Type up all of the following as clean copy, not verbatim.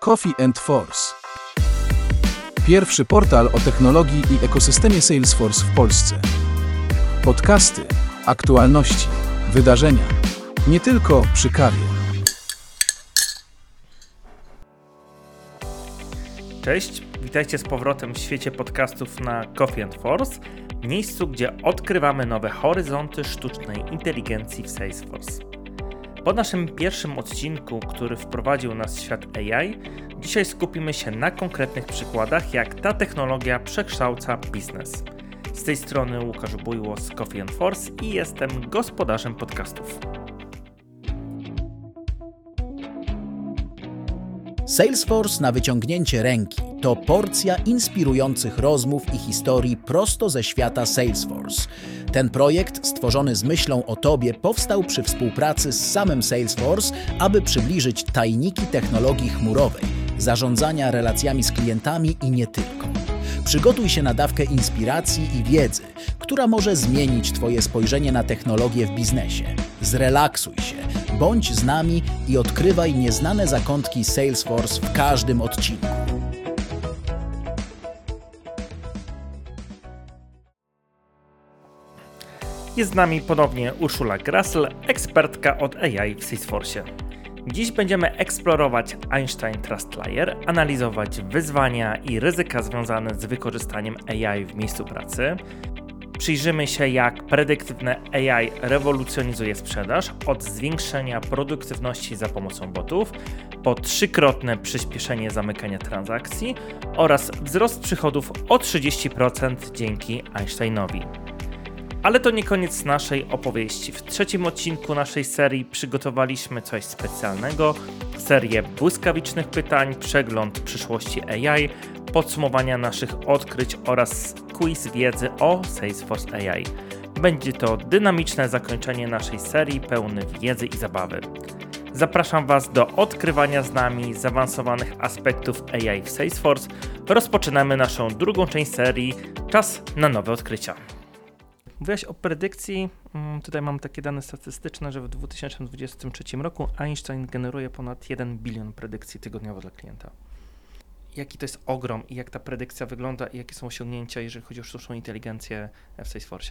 Coffee & Force. Pierwszy portal o technologii i ekosystemie Salesforce w Polsce. Podcasty, aktualności, wydarzenia. Nie tylko przy kawie. Cześć, witajcie z powrotem w świecie podcastów na Coffee & Force, miejscu, gdzie odkrywamy nowe horyzonty sztucznej inteligencji w Salesforce. Po naszym pierwszym odcinku, który wprowadził nas w świat AI, dzisiaj skupimy się na konkretnych przykładach, jak ta technologia przekształca biznes. Z tej strony Łukasz Bujło z Coffee & Force i jestem gospodarzem podcastów. Salesforce na wyciągnięcie ręki to porcja inspirujących rozmów i historii prosto ze świata Salesforce. Ten projekt, stworzony z myślą o Tobie, powstał przy współpracy z samym Salesforce, aby przybliżyć tajniki technologii chmurowej, zarządzania relacjami z klientami i nie tylko. Przygotuj się na dawkę inspiracji i wiedzy, która może zmienić Twoje spojrzenie na technologię w biznesie. Zrelaksuj się, bądź z nami i odkrywaj nieznane zakątki Salesforce w każdym odcinku. Jest z nami ponownie Urszula Grassl, ekspertka od AI w Salesforce. Dziś będziemy eksplorować Einstein Trust Layer, analizować wyzwania i ryzyka związane z wykorzystaniem AI w miejscu pracy. Przyjrzymy się, jak predyktywne AI rewolucjonizuje sprzedaż od zwiększenia produktywności za pomocą botów po trzykrotne przyspieszenie zamykania transakcji oraz wzrost przychodów o 30% dzięki Einsteinowi. Ale to nie koniec naszej opowieści. W trzecim odcinku naszej serii przygotowaliśmy coś specjalnego, serię błyskawicznych pytań, przegląd przyszłości AI, podsumowania naszych odkryć oraz quiz wiedzy o Salesforce AI. Będzie to dynamiczne zakończenie naszej serii pełne wiedzy i zabawy. Zapraszam Was do odkrywania z nami zaawansowanych aspektów AI w Salesforce. Rozpoczynamy naszą drugą część serii. Czas na nowe odkrycia. Mówiłaś o predykcji, tutaj mam takie dane statystyczne, że w 2023 roku Einstein generuje ponad 1 bilion predykcji tygodniowo dla klienta. Jaki to jest ogrom i jak ta predykcja wygląda i jakie są osiągnięcia, jeżeli chodzi o sztuczną inteligencję w Salesforce?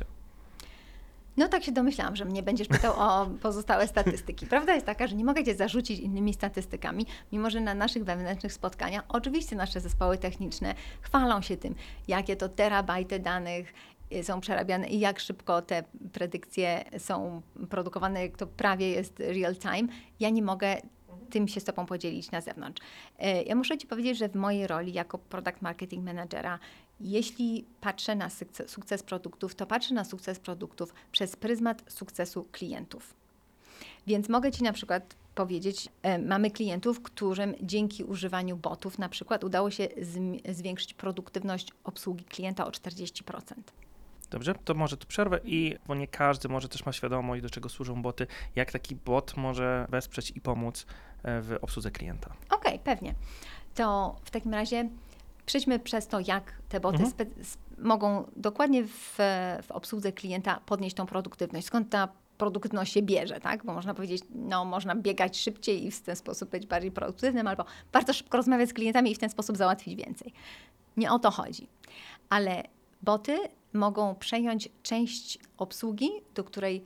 No tak się domyślałam, że mnie będziesz pytał o pozostałe statystyki. Prawda jest taka, że nie mogę Cię zarzucić innymi statystykami, mimo że na naszych wewnętrznych spotkaniach oczywiście nasze zespoły techniczne chwalą się tym, jakie to terabajty danych są przerabiane i jak szybko te predykcje są produkowane, jak to prawie jest real time. Ja nie mogę tym się z Tobą podzielić na zewnątrz. Ja muszę Ci powiedzieć, że w mojej roli jako Product Marketing Managera, jeśli patrzę na sukces produktów, to patrzę na sukces produktów przez pryzmat sukcesu klientów. Więc mogę Ci na przykład powiedzieć, mamy klientów, którym dzięki używaniu botów na przykład udało się zwiększyć produktywność obsługi klienta o 40%. Dobrze, to może tu przerwę bo nie każdy może też ma świadomość, do czego służą boty, jak taki bot może wesprzeć i pomóc w obsłudze klienta. Okej, pewnie. To w takim razie przejdźmy przez to, jak te boty mogą dokładnie w obsłudze klienta podnieść tą produktywność. Skąd ta produktywność się bierze, tak? Bo można powiedzieć, można biegać szybciej i w ten sposób być bardziej produktywnym, albo bardzo szybko rozmawiać z klientami i w ten sposób załatwić więcej. Nie o to chodzi. Ale boty mogą przejąć część obsługi, do której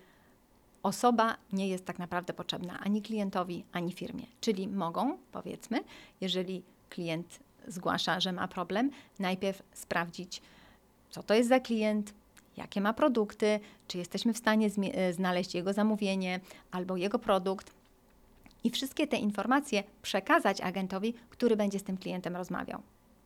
osoba nie jest tak naprawdę potrzebna ani klientowi, ani firmie. Czyli mogą, powiedzmy, jeżeli klient zgłasza, że ma problem, najpierw sprawdzić, co to jest za klient, jakie ma produkty, czy jesteśmy w stanie znaleźć jego zamówienie albo jego produkt i wszystkie te informacje przekazać agentowi, który będzie z tym klientem rozmawiał.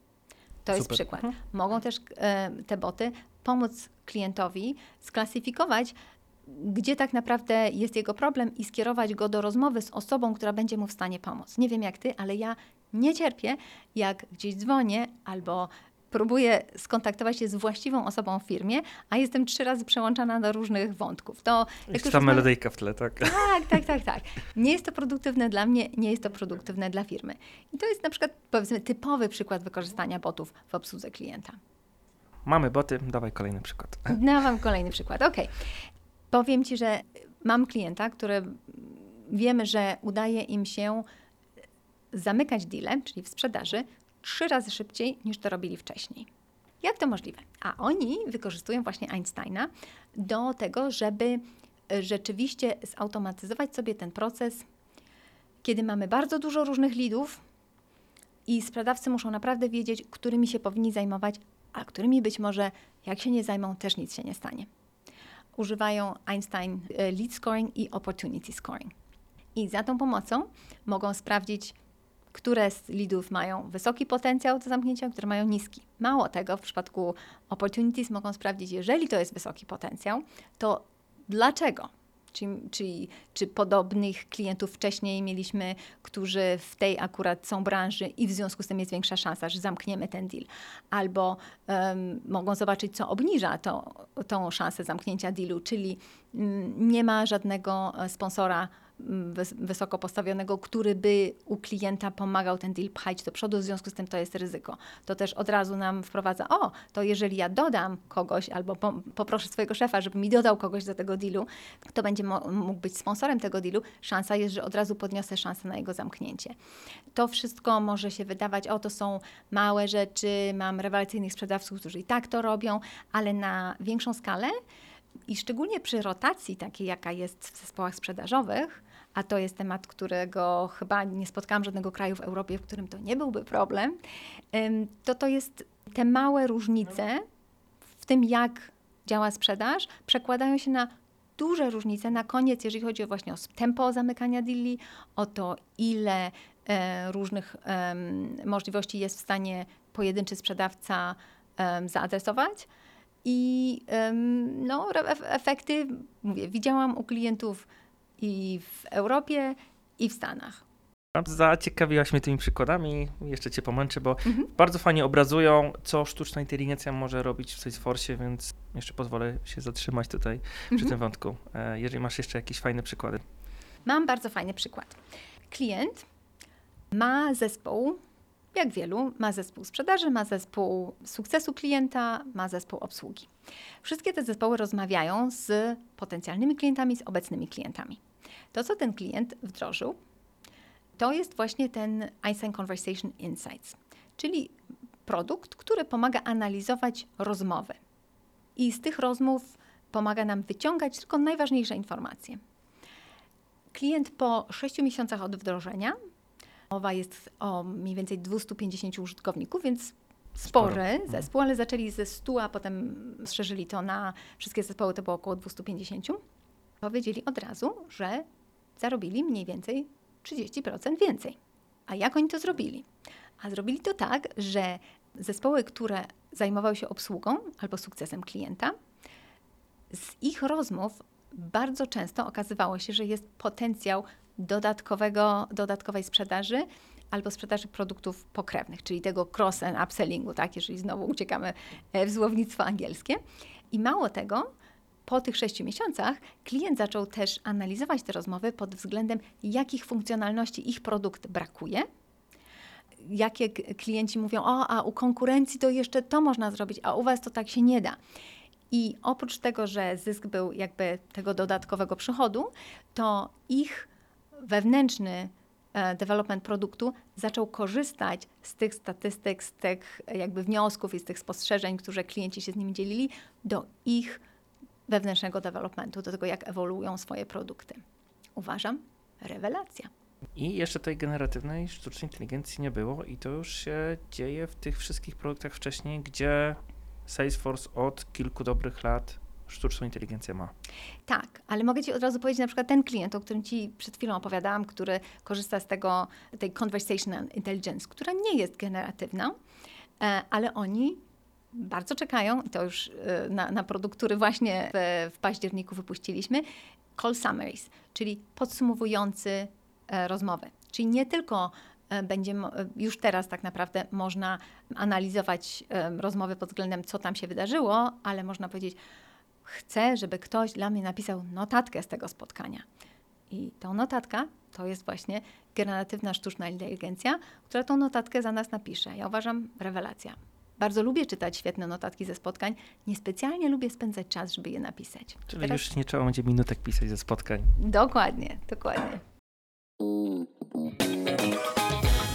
To jest przykład. Mogą też te boty pomóc klientowi sklasyfikować, gdzie tak naprawdę jest jego problem i skierować go do rozmowy z osobą, która będzie mu w stanie pomóc. Nie wiem jak Ty, ale ja nie cierpię, jak gdzieś dzwonię albo próbuję skontaktować się z właściwą osobą w firmie, a jestem 3 razy przełączana do różnych wątków. To jest ta melodyjka w tle, tak? Tak. Nie jest to produktywne dla mnie, nie jest to produktywne dla firmy. I to jest na przykład, powiedzmy, typowy przykład wykorzystania botów w obsłudze klienta. Mamy boty, dawaj kolejny przykład. Dawam kolejny przykład, okej. Powiem Ci, że mam klienta, który wiemy, że udaje im się zamykać deale, czyli w sprzedaży, 3 razy szybciej niż to robili wcześniej. Jak to możliwe? A oni wykorzystują właśnie Einsteina do tego, żeby rzeczywiście zautomatyzować sobie ten proces, kiedy mamy bardzo dużo różnych leadów i sprzedawcy muszą naprawdę wiedzieć, którymi się powinni zajmować, a którymi być może, jak się nie zajmą, też nic się nie stanie. Używają Einstein Lead Scoring i Opportunity Scoring. I za tą pomocą mogą sprawdzić, które z leadów mają wysoki potencjał do zamknięcia, które mają niski. Mało tego, w przypadku opportunities mogą sprawdzić, jeżeli to jest wysoki potencjał, to dlaczego? Czy podobnych klientów wcześniej mieliśmy, którzy w tej akurat są branży i w związku z tym jest większa szansa, że zamkniemy ten deal. Albo mogą zobaczyć, co obniża tą szansę zamknięcia dealu, czyli nie ma żadnego sponsora wysoko postawionego, który by u klienta pomagał ten deal pchać do przodu, w związku z tym to jest ryzyko. To też od razu nam wprowadza, to jeżeli ja dodam kogoś albo poproszę swojego szefa, żeby mi dodał kogoś do tego dealu, kto będzie mógł być sponsorem tego dealu, szansa jest, że od razu podniosę szansę na jego zamknięcie. To wszystko może się wydawać, to są małe rzeczy, mam rewelacyjnych sprzedawców, którzy i tak to robią, ale na większą skalę i szczególnie przy rotacji takiej, jaka jest w zespołach sprzedażowych, a to jest temat, którego chyba nie spotkałam żadnego kraju w Europie, w którym to nie byłby problem, to jest te małe różnice w tym, jak działa sprzedaż, przekładają się na duże różnice na koniec, jeżeli chodzi właśnie o tempo zamykania deali, o to, ile różnych możliwości jest w stanie pojedynczy sprzedawca zaadresować. I efekty, widziałam u klientów i w Europie, i w Stanach. Zaciekawiłaś mnie tymi przykładami, jeszcze Cię pomęczę, bo bardzo fajnie obrazują, co sztuczna inteligencja może robić w Salesforce, więc jeszcze pozwolę się zatrzymać tutaj przy tym wątku, jeżeli masz jeszcze jakieś fajne przykłady. Mam bardzo fajny przykład. Klient ma zespół, jak wielu, ma zespół sprzedaży, ma zespół sukcesu klienta, ma zespół obsługi. Wszystkie te zespoły rozmawiają z potencjalnymi klientami, z obecnymi klientami. To, co ten klient wdrożył, to jest właśnie ten Einstein Conversation Insights, czyli produkt, który pomaga analizować rozmowy. I z tych rozmów pomaga nam wyciągać tylko najważniejsze informacje. Klient po 6 miesiącach od wdrożenia, mowa jest o mniej więcej 250 użytkowników, więc spory zespół, ale zaczęli ze 100, a potem rozszerzyli to na wszystkie zespoły, to było około 250. Powiedzieli od razu, że zarobili mniej więcej 30% więcej. A jak oni to zrobili? A zrobili to tak, że zespoły, które zajmowały się obsługą albo sukcesem klienta, z ich rozmów bardzo często okazywało się, że jest potencjał dodatkowej sprzedaży albo sprzedaży produktów pokrewnych, czyli tego cross and upsellingu, tak, jeżeli znowu uciekamy w słownictwo angielskie. I mało tego, po tych 6 miesiącach klient zaczął też analizować te rozmowy pod względem, jakich funkcjonalności ich produkt brakuje, jakie klienci mówią, a u konkurencji to jeszcze to można zrobić, a u was to tak się nie da. I oprócz tego, że zysk był jakby tego dodatkowego przychodu, to ich wewnętrzny development produktu zaczął korzystać z tych statystyk, z tych jakby wniosków i z tych spostrzeżeń, które klienci się z nimi dzielili, do ich wewnętrznego developmentu, do tego, jak ewoluują swoje produkty. Uważam, rewelacja. I jeszcze tej generatywnej sztucznej inteligencji nie było i to już się dzieje w tych wszystkich produktach wcześniej, gdzie Salesforce od kilku dobrych lat sztuczną inteligencję ma. Tak, ale mogę Ci od razu powiedzieć, na przykład ten klient, o którym Ci przed chwilą opowiadałam, który korzysta z tej Conversational Intelligence, która nie jest generatywna, ale oni bardzo czekają, to już na produkt, który właśnie w październiku wypuściliśmy, call summaries, czyli podsumowujący rozmowy. Czyli nie tylko będzie już teraz tak naprawdę można analizować rozmowy pod względem, co tam się wydarzyło, ale można powiedzieć, chcę, żeby ktoś dla mnie napisał notatkę z tego spotkania. I tą notatka to jest właśnie generatywna sztuczna inteligencja, która tą notatkę za nas napisze. Ja uważam, rewelacja. Bardzo lubię czytać świetne notatki ze spotkań. Niespecjalnie lubię spędzać czas, żeby je napisać. Czyli teraz już nie trzeba będzie minutek pisać ze spotkań. Dokładnie, dokładnie.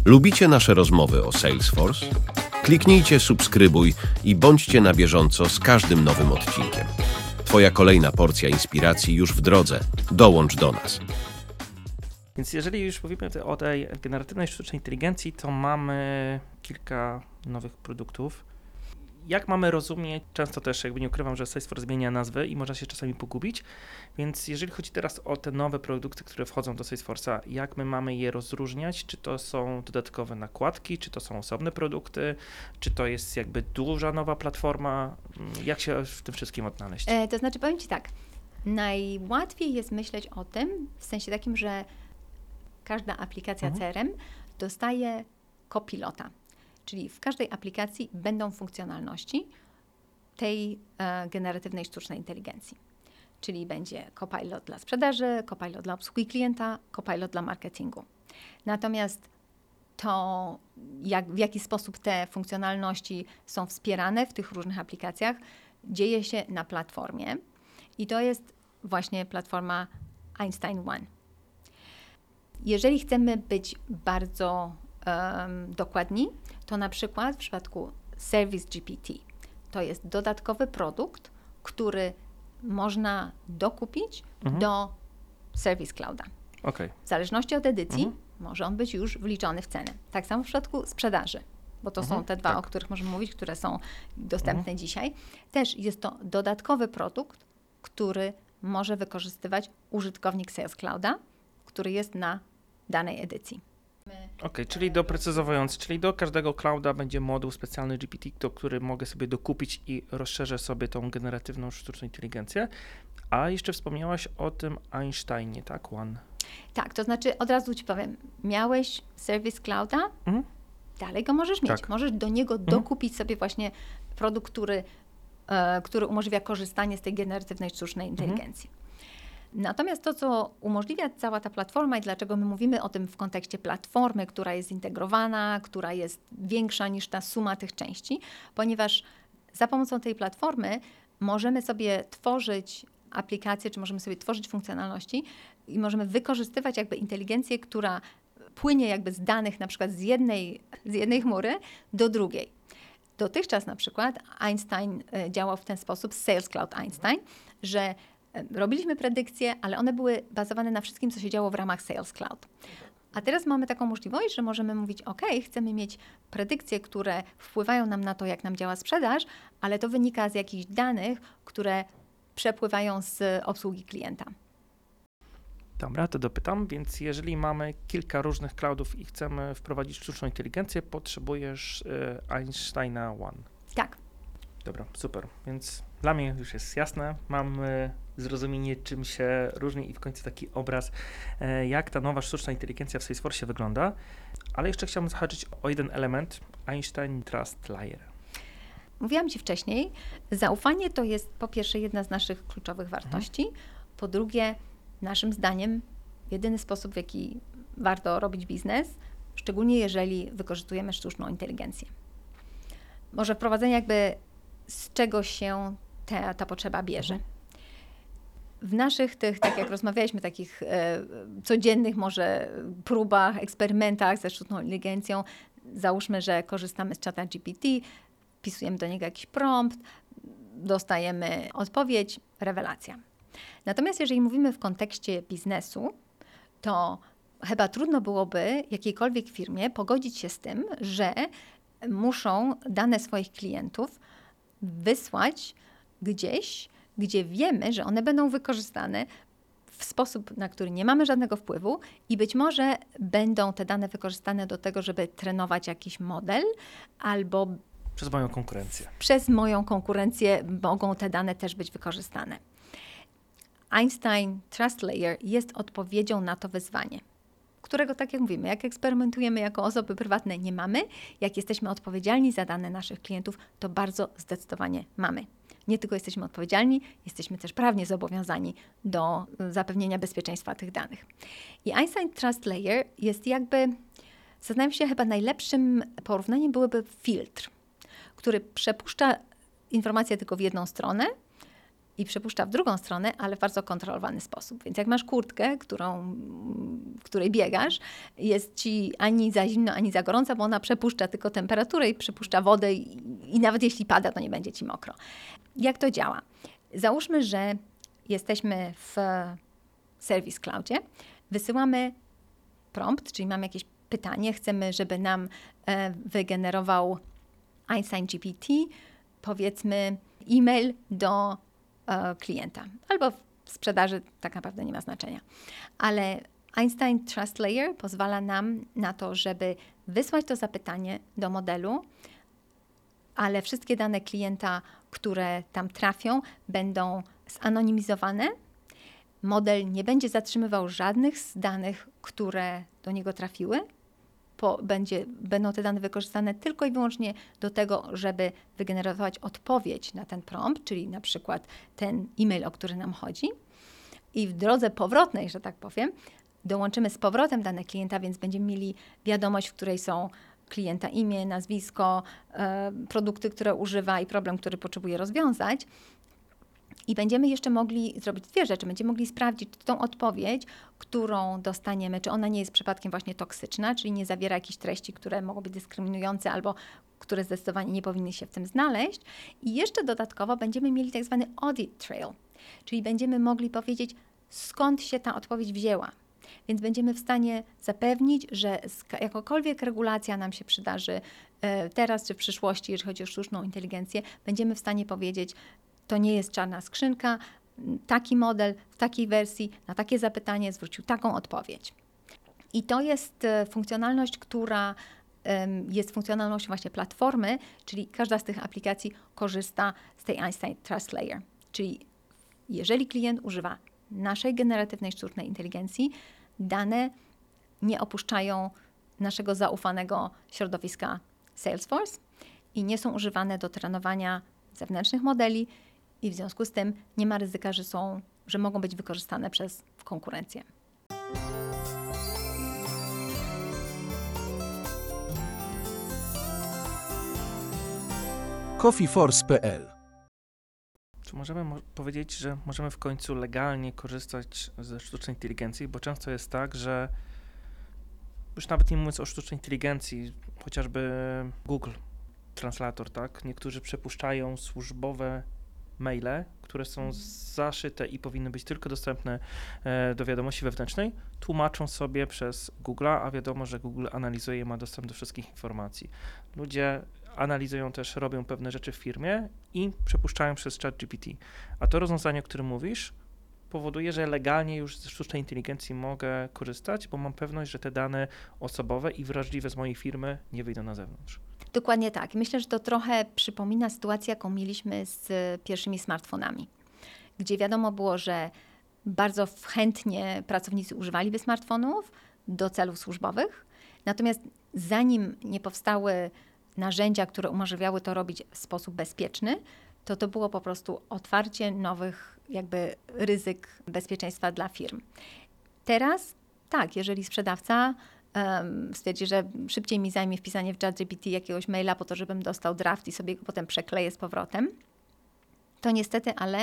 Lubicie nasze rozmowy o Salesforce? Kliknijcie subskrybuj i bądźcie na bieżąco z każdym nowym odcinkiem. Twoja kolejna porcja inspiracji już w drodze. Dołącz do nas. Więc jeżeli już mówimy o tej generatywnej sztucznej inteligencji, to mamy kilka nowych produktów. Jak mamy rozumieć, często też nie ukrywam, że Salesforce zmienia nazwy i można się czasami pogubić, więc jeżeli chodzi teraz o te nowe produkty, które wchodzą do Salesforce'a, jak my mamy je rozróżniać? Czy to są dodatkowe nakładki, czy to są osobne produkty, czy to jest jakby duża nowa platforma? Jak się w tym wszystkim odnaleźć? To znaczy, powiem Ci tak, najłatwiej jest myśleć o tym w sensie takim, że każda aplikacja CRM dostaje copilota. Czyli w każdej aplikacji będą funkcjonalności tej generatywnej sztucznej inteligencji. Czyli będzie Copilot dla sprzedaży, Copilot dla obsługi klienta, Copilot dla marketingu. Natomiast to, w jaki sposób te funkcjonalności są wspierane w tych różnych aplikacjach, dzieje się na platformie i to jest właśnie platforma Einstein One. Jeżeli chcemy być bardzo dokładni, to na przykład w przypadku Service GPT to jest dodatkowy produkt, który można dokupić do Service Clouda. Okay. W zależności od edycji może on być już wliczony w cenę. Tak samo w przypadku sprzedaży, bo to są te dwa, o których możemy mówić, które są dostępne dzisiaj. Też jest to dodatkowy produkt, który może wykorzystywać użytkownik Sales Clouda, który jest na danej edycji. Okej, czyli doprecyzowując, czyli do każdego clouda będzie moduł specjalny GPT, który mogę sobie dokupić i rozszerzę sobie tą generatywną sztuczną inteligencję. A jeszcze wspomniałaś o tym Einsteinie, tak? One. Tak, to znaczy od razu Ci powiem, miałeś Service Clouda, dalej go możesz mieć. Tak. Możesz do niego dokupić sobie właśnie produkt, który umożliwia korzystanie z tej generatywnej sztucznej inteligencji. Natomiast to, co umożliwia cała ta platforma i dlaczego my mówimy o tym w kontekście platformy, która jest zintegrowana, która jest większa niż ta suma tych części, ponieważ za pomocą tej platformy możemy sobie tworzyć aplikacje, czy możemy sobie tworzyć funkcjonalności i możemy wykorzystywać jakby inteligencję, która płynie jakby z danych na przykład z jednej chmury do drugiej. Dotychczas na przykład Einstein działał w ten sposób, Sales Cloud Einstein, że robiliśmy predykcje, ale one były bazowane na wszystkim, co się działo w ramach Sales Cloud. A teraz mamy taką możliwość, że możemy mówić, OK, chcemy mieć predykcje, które wpływają nam na to, jak nam działa sprzedaż, ale to wynika z jakichś danych, które przepływają z obsługi klienta. Dobra, to dopytam, więc jeżeli mamy kilka różnych cloudów i chcemy wprowadzić sztuczną inteligencję, potrzebujesz Einsteina One. Tak. Dobra, super, więc dla mnie już jest jasne, mam zrozumienie, czym się różni i w końcu taki obraz, jak ta nowa sztuczna inteligencja w Salesforce wygląda, ale jeszcze chciałbym zahaczyć o jeden element, Einstein Trust Layer. Mówiłam Ci wcześniej, zaufanie to jest po pierwsze jedna z naszych kluczowych wartości, po drugie naszym zdaniem jedyny sposób, w jaki warto robić biznes, szczególnie jeżeli wykorzystujemy sztuczną inteligencję. Może wprowadzenie jakby z czego się ta potrzeba bierze. W naszych tych, tak jak rozmawialiśmy, takich codziennych może próbach, eksperymentach ze sztuczną inteligencją, załóżmy, że korzystamy z czata GPT, wpisujemy do niego jakiś prompt, dostajemy odpowiedź, rewelacja. Natomiast jeżeli mówimy w kontekście biznesu, to chyba trudno byłoby jakiejkolwiek firmie pogodzić się z tym, że muszą dane swoich klientów wysłać gdzieś, gdzie wiemy, że one będą wykorzystane w sposób, na który nie mamy żadnego wpływu i być może będą te dane wykorzystane do tego, żeby trenować jakiś model albo Przez moją konkurencję. Przez moją konkurencję mogą te dane też być wykorzystane. Einstein Trust Layer jest odpowiedzią na to wyzwanie, którego, tak jak mówimy, jak eksperymentujemy jako osoby prywatne, nie mamy. Jak jesteśmy odpowiedzialni za dane naszych klientów, to bardzo zdecydowanie mamy. Nie tylko jesteśmy odpowiedzialni, jesteśmy też prawnie zobowiązani do zapewnienia bezpieczeństwa tych danych. I Einstein Trust Layer jest jakby, zastanawiam się, chyba najlepszym porównaniem byłyby filtr, który przepuszcza informacje tylko w jedną stronę i przepuszcza w drugą stronę, ale w bardzo kontrolowany sposób. Więc jak masz kurtkę, w której biegasz, jest ci ani za zimno, ani za gorąco, bo ona przepuszcza tylko temperaturę i przepuszcza wodę i nawet jeśli pada, to nie będzie ci mokro. Jak to działa? Załóżmy, że jesteśmy w Service Cloudzie, wysyłamy prompt, czyli mamy jakieś pytanie, chcemy, żeby nam wygenerował Einstein GPT, powiedzmy e-mail do klienta. Albo w sprzedaży tak naprawdę nie ma znaczenia. Ale Einstein Trust Layer pozwala nam na to, żeby wysłać to zapytanie do modelu, ale wszystkie dane klienta, które tam trafią, będą zanonimizowane. Model nie będzie zatrzymywał żadnych z danych, które do niego trafiły. Będą te dane wykorzystane tylko i wyłącznie do tego, żeby wygenerować odpowiedź na ten prompt, czyli na przykład ten e-mail, o który nam chodzi. I w drodze powrotnej, że tak powiem, dołączymy z powrotem dane klienta, więc będziemy mieli wiadomość, w której są klienta imię, nazwisko, produkty, które używa i problem, który potrzebuje rozwiązać. I będziemy jeszcze mogli zrobić dwie rzeczy. Będziemy mogli sprawdzić, czy tą odpowiedź, którą dostaniemy, czy ona nie jest przypadkiem właśnie toksyczna, czyli nie zawiera jakichś treści, które mogą być dyskryminujące albo które zdecydowanie nie powinny się w tym znaleźć. I jeszcze dodatkowo będziemy mieli tak zwany audit trail, czyli będziemy mogli powiedzieć, skąd się ta odpowiedź wzięła. Więc będziemy w stanie zapewnić, że jakakolwiek regulacja nam się przydarzy teraz czy w przyszłości, jeżeli chodzi o sztuczną inteligencję, będziemy w stanie powiedzieć, to nie jest czarna skrzynka, taki model w takiej wersji na takie zapytanie zwrócił taką odpowiedź. I to jest funkcjonalność, która jest funkcjonalnością właśnie platformy, czyli każda z tych aplikacji korzysta z tej Einstein Trust Layer. Czyli jeżeli klient używa naszej generatywnej sztucznej inteligencji, dane nie opuszczają naszego zaufanego środowiska Salesforce i nie są używane do trenowania zewnętrznych modeli i w związku z tym nie ma ryzyka, że mogą być wykorzystane przez konkurencję. coffeeforce.pl. Czy możemy powiedzieć, że możemy w końcu legalnie korzystać ze sztucznej inteligencji? Bo często jest tak, że już nawet nie mówiąc o sztucznej inteligencji, chociażby Google Translator, tak? Niektórzy przepuszczają służbowe maile, które są zaszyte i powinny być tylko dostępne do wiadomości wewnętrznej, tłumaczą sobie przez Google'a, a wiadomo, że Google analizuje i ma dostęp do wszystkich informacji. Ludzie analizują też, robią pewne rzeczy w firmie i przepuszczają przez ChatGPT. A to rozwiązanie, o którym mówisz, powoduje, że legalnie już ze sztucznej inteligencji mogę korzystać, bo mam pewność, że te dane osobowe i wrażliwe z mojej firmy nie wyjdą na zewnątrz. Dokładnie tak. Myślę, że to trochę przypomina sytuację, jaką mieliśmy z pierwszymi smartfonami, gdzie wiadomo było, że bardzo chętnie pracownicy używaliby smartfonów do celów służbowych, natomiast zanim nie powstały narzędzia, które umożliwiały to robić w sposób bezpieczny, to było po prostu otwarcie nowych jakby ryzyk bezpieczeństwa dla firm. Teraz tak, jeżeli sprzedawca stwierdzi, że szybciej mi zajmie wpisanie w ChatGPT jakiegoś maila po to, żebym dostał draft i sobie go potem przekleję z powrotem, to niestety, ale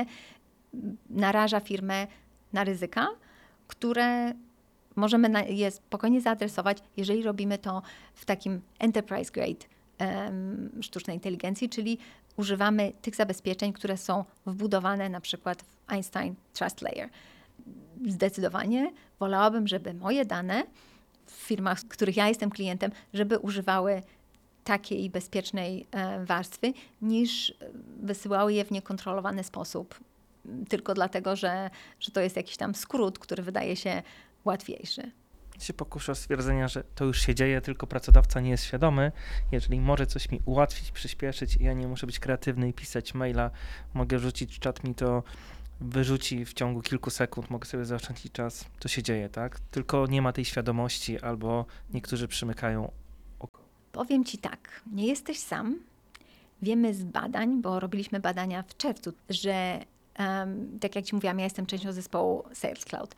naraża firmę na ryzyka, które możemy je spokojnie zaadresować, jeżeli robimy to w takim enterprise grade sztucznej inteligencji, czyli używamy tych zabezpieczeń, które są wbudowane na przykład w Einstein Trust Layer. Zdecydowanie wolałabym, żeby moje dane w firmach, z których ja jestem klientem, żeby używały takiej bezpiecznej warstwy, niż wysyłały je w niekontrolowany sposób, tylko dlatego, że to jest jakiś tam skrót, który wydaje się łatwiejszy. Się pokuszę o stwierdzenia, że to już się dzieje, tylko pracodawca nie jest świadomy. Jeżeli może coś mi ułatwić, przyspieszyć i ja nie muszę być kreatywny i pisać maila, mogę wrzucić, czat mi to wyrzuci w ciągu kilku sekund, mogę sobie zaoszczędzić czas, to się dzieje, tak? Tylko nie ma tej świadomości albo niektórzy przymykają oko. Powiem Ci tak, nie jesteś sam. Wiemy z badań, bo robiliśmy badania w czerwcu, że tak jak Ci mówiłam, ja jestem częścią zespołu Sales Cloud.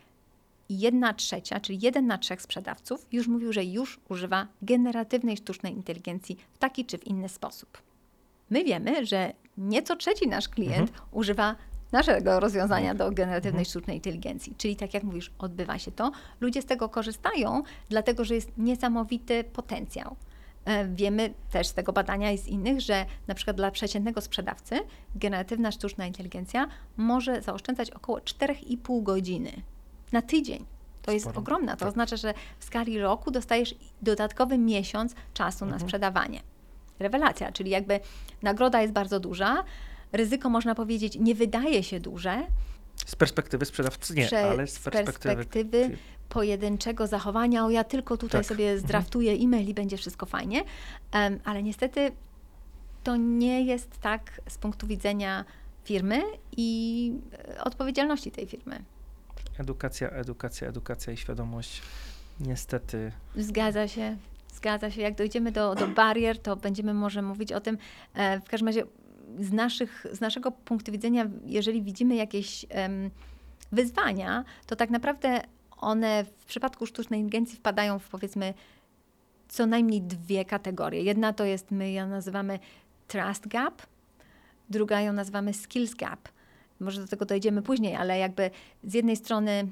1/3, czyli 1 na 3 sprzedawców już mówił, że już używa generatywnej sztucznej inteligencji w taki czy w inny sposób. My wiemy, że nieco trzeci nasz klient używa naszego rozwiązania do generatywnej sztucznej inteligencji. Czyli tak jak mówisz, odbywa się to. Ludzie z tego korzystają, dlatego że jest niesamowity potencjał. Wiemy też z tego badania i z innych, że na przykład dla przeciętnego sprzedawcy generatywna sztuczna inteligencja może zaoszczędzać około 4,5 godziny na tydzień. To jest ogromna. To oznacza, że w skali roku dostajesz dodatkowy miesiąc czasu na sprzedawanie. Rewelacja, czyli jakby nagroda jest bardzo duża, ryzyko, można powiedzieć, nie wydaje się duże. Z perspektywy sprzedawcy nie, ale z perspektywy pojedynczego zachowania, ja tylko tutaj sobie zdraftuję e-mail i będzie wszystko fajnie, ale niestety to nie jest tak z punktu widzenia firmy i odpowiedzialności tej firmy. Edukacja i świadomość niestety. Zgadza się. Jak dojdziemy do barier, to będziemy może mówić o tym. W każdym razie z naszego punktu widzenia, jeżeli widzimy jakieś wyzwania, to tak naprawdę one w przypadku sztucznej inteligencji wpadają w, powiedzmy, co najmniej 2 kategorie. Jedna to jest, my ją nazywamy trust gap, druga ją nazywamy skills gap. Może do tego dojdziemy później, ale jakby z jednej strony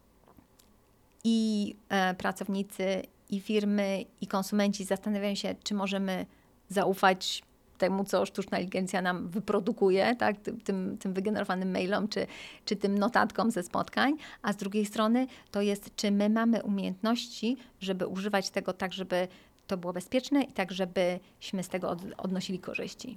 i pracownicy, i firmy, i konsumenci zastanawiają się, czy możemy zaufać temu, co sztuczna inteligencja nam wyprodukuje, tak? tym wygenerowanym mailom, czy tym notatkom ze spotkań, a z drugiej strony to jest, czy my mamy umiejętności, żeby używać tego tak, żeby to było bezpieczne i tak, żebyśmy z tego odnosili korzyści.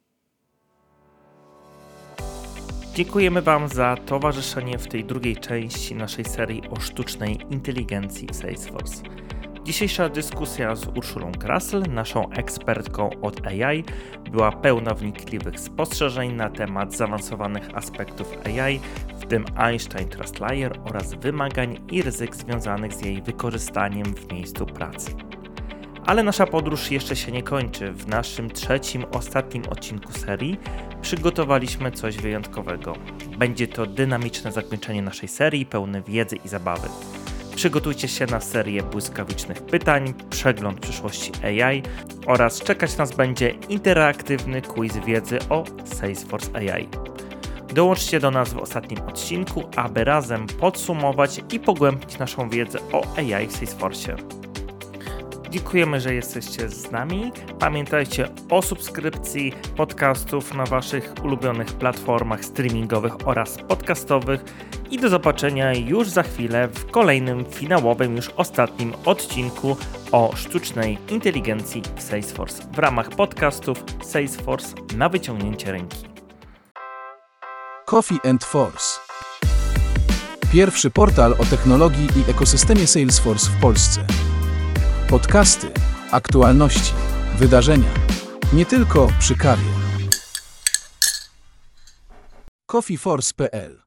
Dziękujemy Wam za towarzyszenie w tej drugiej części naszej serii o sztucznej inteligencji w Salesforce. Dzisiejsza dyskusja z Urszulą Grassl, naszą ekspertką od AI, była pełna wnikliwych spostrzeżeń na temat zaawansowanych aspektów AI, w tym Einstein Trust Layer oraz wymagań i ryzyk związanych z jej wykorzystaniem w miejscu pracy. Ale nasza podróż jeszcze się nie kończy. W naszym trzecim, ostatnim odcinku serii przygotowaliśmy coś wyjątkowego. Będzie to dynamiczne zakończenie naszej serii, pełne wiedzy i zabawy. Przygotujcie się na serię błyskawicznych pytań, przegląd przyszłości AI oraz czekać nas będzie interaktywny quiz wiedzy o Salesforce AI. Dołączcie do nas w ostatnim odcinku, aby razem podsumować i pogłębić naszą wiedzę o AI w Salesforce. Dziękujemy, że jesteście z nami. Pamiętajcie o subskrypcji podcastów na Waszych ulubionych platformach streamingowych oraz podcastowych i do zobaczenia już za chwilę w kolejnym, finałowym, już ostatnim odcinku o sztucznej inteligencji w Salesforce w ramach podcastów Salesforce na wyciągnięcie ręki. Coffee and Force. Pierwszy portal o technologii i ekosystemie Salesforce w Polsce. Podcasty, aktualności, wydarzenia. Nie tylko przy kawie. coffeeforce.pl